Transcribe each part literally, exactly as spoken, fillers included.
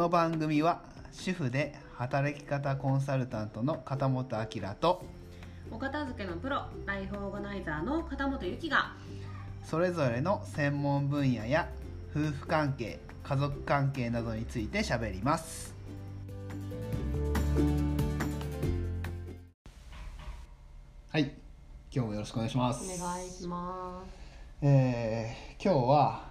の番組は主婦で働き方コンサルタントの片本明とお片付けのプロライフオーガナイザーの片本由紀がそれぞれの専門分野や夫婦関係、家族関係などについてしゃべります。はい、今日もよろしくお願いします。 お願いします。 えー、今日は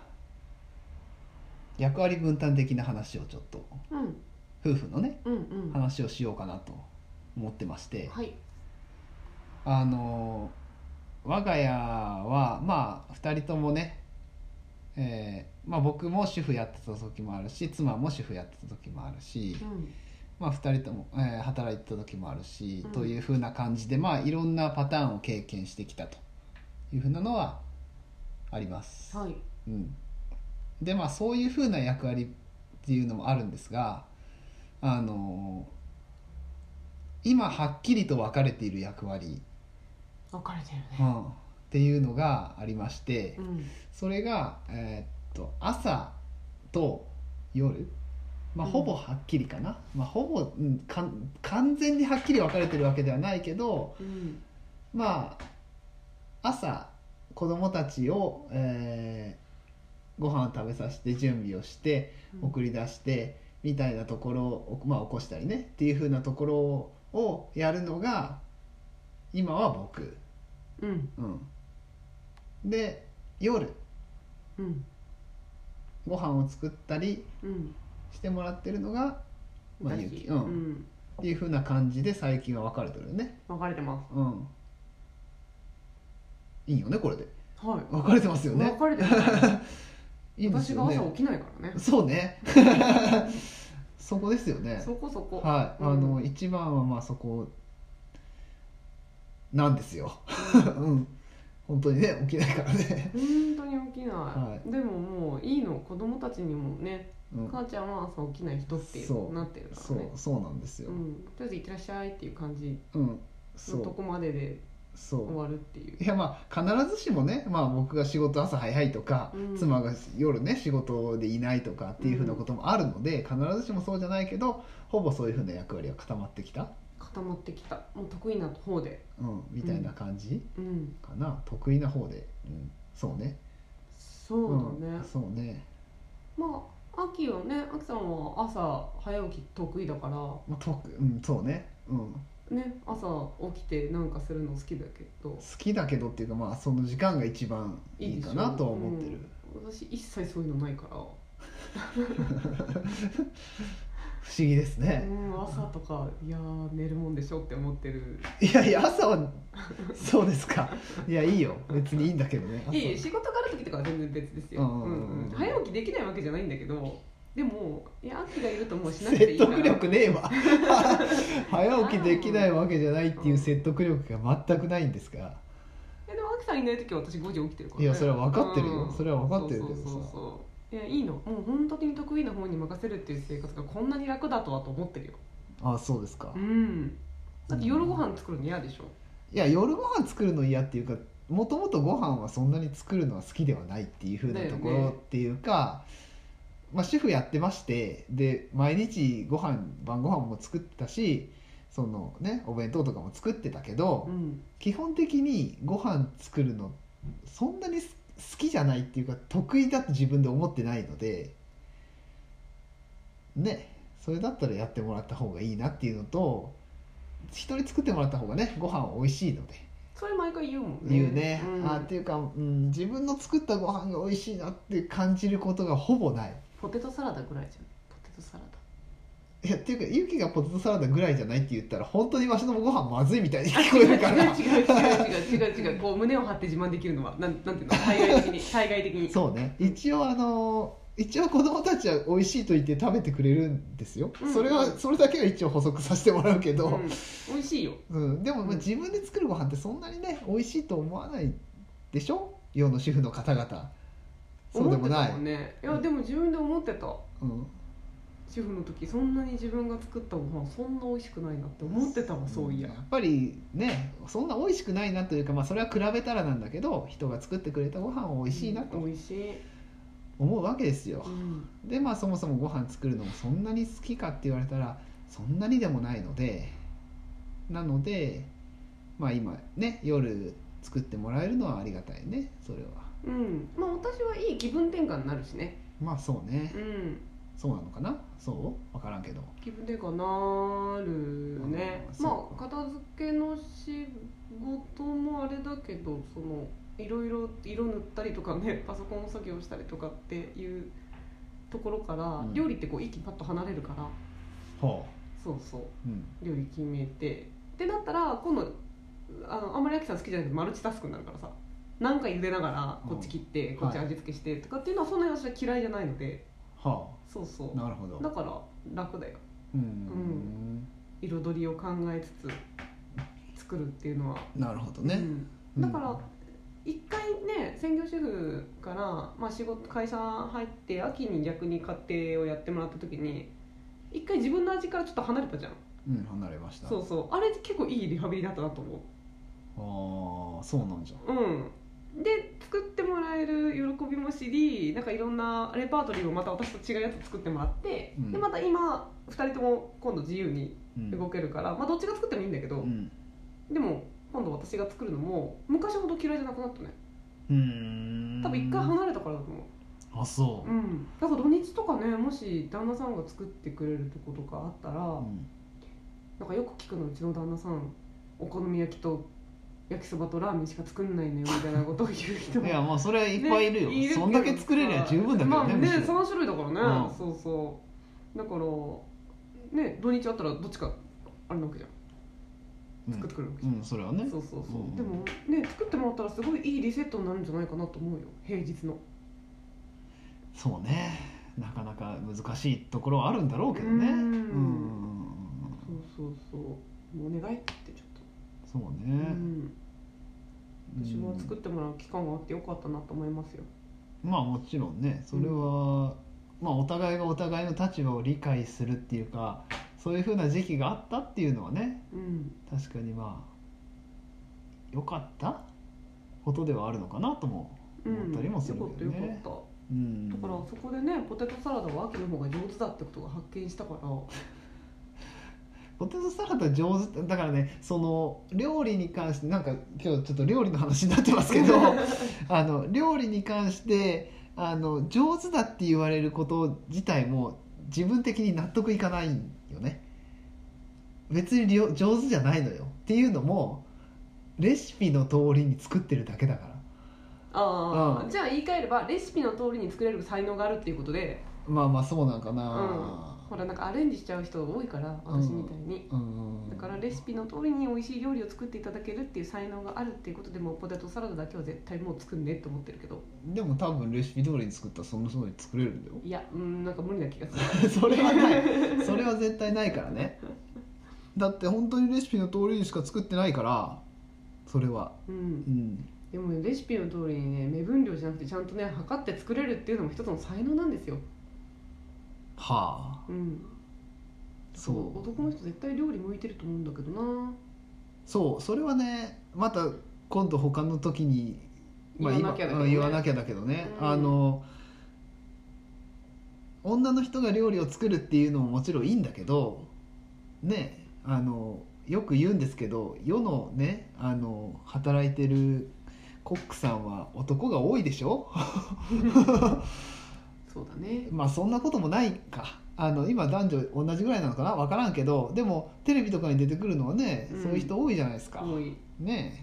役割分担的な話をちょっと、 うん、 夫婦のね、 うんうん、 話をしようかなと思ってまして、 はい、 あの我が家はまあふたりともね、えーまあ、僕も主婦やってた時もあるし、妻も主婦やってた時もあるし、 うんまあ、ふたりとも、えー、働いてた時もあるし、 うん、 という風な感じで、まあ、いろんなパターンを経験してきたという風なのはあります、 はい、 うん、でまあそういう風な役割っていうのもあるんですが、あの今はっきりと分かれている役割、 分かれてるね、 うん、っていうのがありまして、 うん、 それが、えー、っと朝と夜、まあ、ほぼはっきりかな、うんまあ、ほぼ、うん、かん完全にはっきり分かれてるわけではないけど、 うん、 まあ朝子供たちを、えー、ご飯を食べさせて準備をして送り出してみたいなところを、まあ、起こしたりねっていう風なところをやるのが今は僕、 うんうん、で夜、 うん、 ご飯を作ったりうんしてもらってるのが、まあ、ゆき、うんうん、 っていう風な感じで最近は分かれてるよね。 分かれてます。 うん。いいよねこれで。 はい。 分かれてますよね。 分かれてます。 いいですよね。 私が朝起きないからね。 そうね。そこですよね。 そこそこ。 はい。 うん、 あの一番はまあそこなんですよ。うん。本当にね起きないからね。 本当に起きない。はい、でももういいの、子供たちにもね。うん、母ちゃんは朝起きない人っていうなってるからね。 そう、そうなんですよ、 うん、とりあえずいってらっしゃいっていう感じのとこまでで終わるっていう、 いやまあ必ずしもね、まあ、僕が仕事朝早いとか、うん、妻が夜ね仕事でいないとかっていうふうなこともあるので、うん、必ずしもそうじゃないけどほぼそういうふうな役割は固まってきた固まってきたもう得意な方で、 うん、みたいな感じ、 うん、 かな、得意な方で、うん、そうねそうだね、 うん、そうね、 まあ秋はね、秋さんは朝早起き得意だから、まあとうん、そうね、うん、 ね、朝起きてなんかするの好きだけど好きだけどっていうか、まあその時間が一番いいかなとは思ってる、 うん、私一切そういうのないから不思議ですね、 うん、朝とかいや寝るもんでしょって思ってる。 いやいや朝はそうですか。いやいいよ別にいいんだけどね。 いい仕事がある時とかは全然別ですよ、うんうんうん、早起きできないわけじゃないんだけど、でもいや秋がいるともうしなくていいから説得力ねえわ早起きできないわけじゃないっていう説得力が全くないんですが、 えでも秋さんいない時は私ごじ起きてるからね。 いやそれは分かってるよ、うん、それは分かってるけどさ、 そうそうそうそういやいいの、もう本当に得意な方に任せるっていう生活がこんなに楽だとはと思ってるよ。 ああそうですか。 うんだって夜ご飯作るの嫌でしょ。 いや夜ご飯作るの嫌っていうか、もともとご飯はそんなに作るのは好きではないっていう風なところっていうか、ね、まあ、主婦やってまして、で毎日ご飯晩ご飯も作ってたし、そのねお弁当とかも作ってたけど、うん、基本的にご飯作るのそんなに好きじゃないっていうか得意だと自分で思ってないのでね、それだったらやってもらった方がいいなっていうのと、人に作ってもらった方がねご飯は美味しいので、 それ毎回言うもんね。 言うね、 うん、 あっていうか、うん、自分の作ったご飯が美味しいなって感じることがほぼない。 ポテトサラダぐらいじゃん。ポテトサラダいやっていうかゆきがポテトサラダぐらいじゃないって言ったら本当にわしのご飯まずいみたいに聞こえるから違う違う違う違う違う違う違うこう胸を張って自慢できるのはなんなんていうの、対外的に対外的にそうね、一応あの一応子供たちは美味しいと言って食べてくれるんですよ、うん、それはそれだけは一応補足させてもらうけど、うん、 美味しいよ、 うん、でもまあ自分で作るご飯ってそんなにね美味しいと思わないでしょ、世の主婦の方々。そうでもない。 思ってたもんね。いやでも自分で思ってた、 うん、 主婦の時そんなに自分が作ったご飯そんな美味しくないなって思ってたわ、そういや、 やっぱりねそんな美味しくないなというか、まあ、それは比べたらなんだけど人が作ってくれたご飯は美味しいなと、 うん、美味しい思うわけですよ、 うん、 でまあそもそもご飯作るのもそんなに好きかって言われたらそんなにでもないので、なのでまあ今ね夜作ってもらえるのはありがたいね、それは。 うん、まあ私はいい気分転換になるしね。 まあそうね、 うん、 そうなのかな、そう分からんけど気分転換なるね。 あまあ片付けの仕事もあれだけど、そのいろいろ色塗ったりとかね、パソコン作業したりとかっていうところから、うん、料理ってこう一気にパッと離れるから、はあ、そうそう、うん、料理決めてってなったら今度あのあんまりあきさん好きじゃないけどマルチタスクになるからさ、なんか茹でながらこっち切って、うん、こっち味付けしてとかっていうのはそんなに私は嫌いじゃないので、はあ、そうそう、なるほど、だから楽だよ。うん、うん、彩りを考えつつ作るっていうのはなるほどね、 うん、だから一回ね専業主婦から、まあ、仕事会社入って秋に逆に家庭をやってもらった時に一回自分の味からちょっと離れたじゃん。 うん、離れました。 そうそう、あれ結構いいリハビリだったなと思う。ああ、そうなんじゃん。 うんで作ってもらえる喜びも知り、なんかいろんなレパートリーをまた私と違うやつ作ってもらって、うん、でまた今ふたりとも今度自由に動けるから、うん、まあどっちが作ってもいいんだけど、うん、でも今度私が作るのも昔ほど嫌いじゃなくなったね。うーん、多分一回離れたからだと思う。 あ、そう、 うん、だから土日とかね、もし旦那さんが作ってくれるとことかあったら、うん、なんかよく聞くの、うちの旦那さんお好み焼きと焼きそばとラーメンしか作んないのよみたいなことを言う人もいやまあそれはいっぱいいるよ、ね、いるそんだけ作れりゃ十分だけどね、 まあね、さん種類だからね、うん、そうそうだからね、土日あったらどっちかあれなわけじゃん、作ってくれるわけじゃん、 うん、それはね、 そうそうそう、うん、でもね作ってもらったらすごいいいリセットになるんじゃないかなと思うよ、平日の。 そうね、なかなか難しいところはあるんだろうけどね、うん、うん、 そうそうそう、もうお願いってちょっとそうね、うん、 私は作ってもらう期間があってよかったなと思いますよ。 まあもちろんね、それは、うん、まあお互いがお互いの立場を理解するっていうか、そういう風な時期があったっていうのはね、うん、確かにまあ良かったことではあるのかなとも思ったりもするけどね、うん、よかったよかった、うん、 だからそこでね、ポテトサラダは秋の方が上手だってことが発見したからポテトサラダ上手だからね、その料理に関してなんか今日ちょっと料理の話になってますけどあの料理に関してあの上手だって言われること自体も自分的に納得いかないんよね。別に上手じゃないのよっていうのもレシピの通りに作ってるだけだから。 あ、うん、じゃあ言い換えればレシピの通りに作れる才能があるっていうことで、 まあまあそうなんかな、うん、 ほらなんかアレンジしちゃう人多いから私みたいに、うんうん、だからレシピの通りに美味しい料理を作っていただけるっていう才能があるっていうことで、もポテトサラダだけは絶対もう作んねって思ってるけど、 でも多分レシピ通りに作ったらその通りに作れるんだよ。 いや、うん、なんか無理な気がするそれはないそれは絶対ないからねだって本当にレシピの通りにしか作ってないから、それは、うん、うん、 でもね、レシピの通りにね、目分量じゃなくてちゃんとね測って作れるっていうのも一つの才能なんですよ。 はあ、 うん、そう男の人絶対料理向いてると思うんだけどな。 そう、それはねまた今度他の時に、 まあ、言わなきゃだけどね、 言わなきゃだけどね、うん、あの女の人が料理を作るっていうのももちろんいいんだけどね、あのよく言うんですけど、世のねあの働いてるコックさんは男が多いでしょそうだね。 まあそんなこともないか、あの今男女同じぐらいなのかな、分からんけど、でもテレビとかに出てくるのはね、うん、そういう人多いじゃないですか。 多いね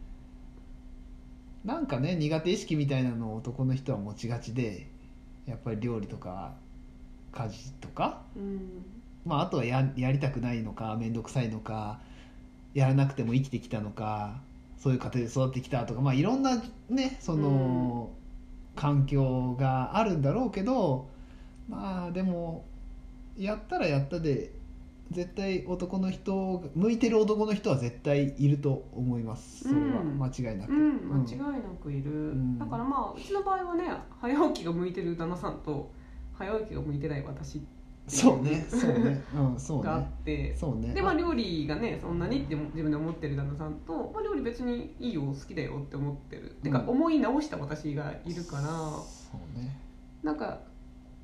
え、なんかね苦手意識みたいなのを男の人は持ちがちで、やっぱり料理とか家事とか、うん、まああとは や, やりたくないのか面倒くさいのかやらなくても生きてきたのか、そういう家庭で育ってきたとか、まあいろんなねその、うん環境があるんだろうけど、まあでもやったらやったで絶対男の人向いてる男の人は絶対いると思います。それは間違いなく、 うんうん、間違いなくいる、うん、だからまあうちの場合はね、早起きが向いてる旦那さんと早起きが向いてない私そうねそうね、うん、そうねがあって、そうね、でまあ料理がねそんなにって自分で思ってる旦那さんと、まあ、料理別にいいよ好きだよって思ってる、うん、てか思い直した私がいるから、 そうね、 だ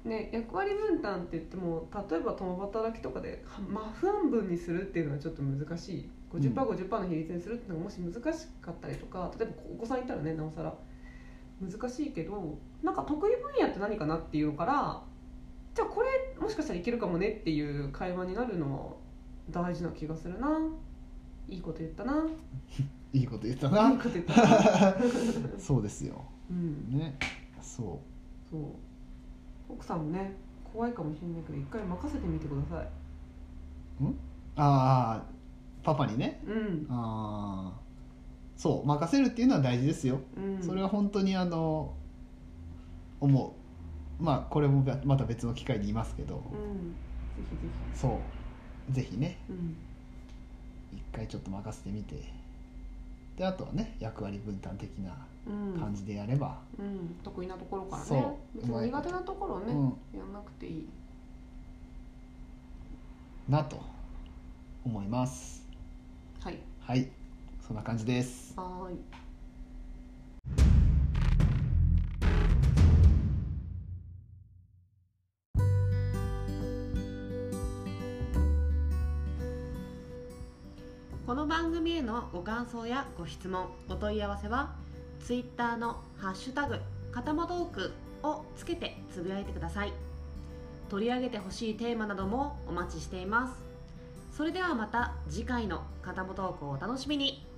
ね、役割分担って言っても例えば共働きとかで真半分にするっていうのはちょっと難しい ごじゅっパーセントごじゅっパーセント の比率にするっていうのがもし難しかったりとか、例えばお子さんいたらねなおさら難しいけど、なんか得意分野って何かなっていうのからじゃあこれもしかしたらいけるかもねっていう会話になるのは大事な気がするな。いいこと言ったないいこと言ったないいこと言ったなそうですよ、 うん、 ね、そそう奥さんもね怖いかもしれないけど一回任せてみてください。 んああパパにね、 うん、 ああそう任せるっていうのは大事ですよ、 うん、 それは本当にあの思う。まあこれもまた別の機会に言いますけど、 うん、ぜひぜひそうぜひね、 うん、 一回ちょっと任せてみて、であとはね役割分担的な感じでやれば、 うんうん、得意なところからね、 そう別に苦手なところね、 うん、 やんなくていいなと思います。 はいはい、そんな感じです。 はーい。この番組へのご感想やご質問、お問い合わせは Twitter のハッシュタグかたまトークをつけてつぶやいてください。取り上げてほしいテーマなどもお待ちしています。それではまた次回のかたまトークをお楽しみに。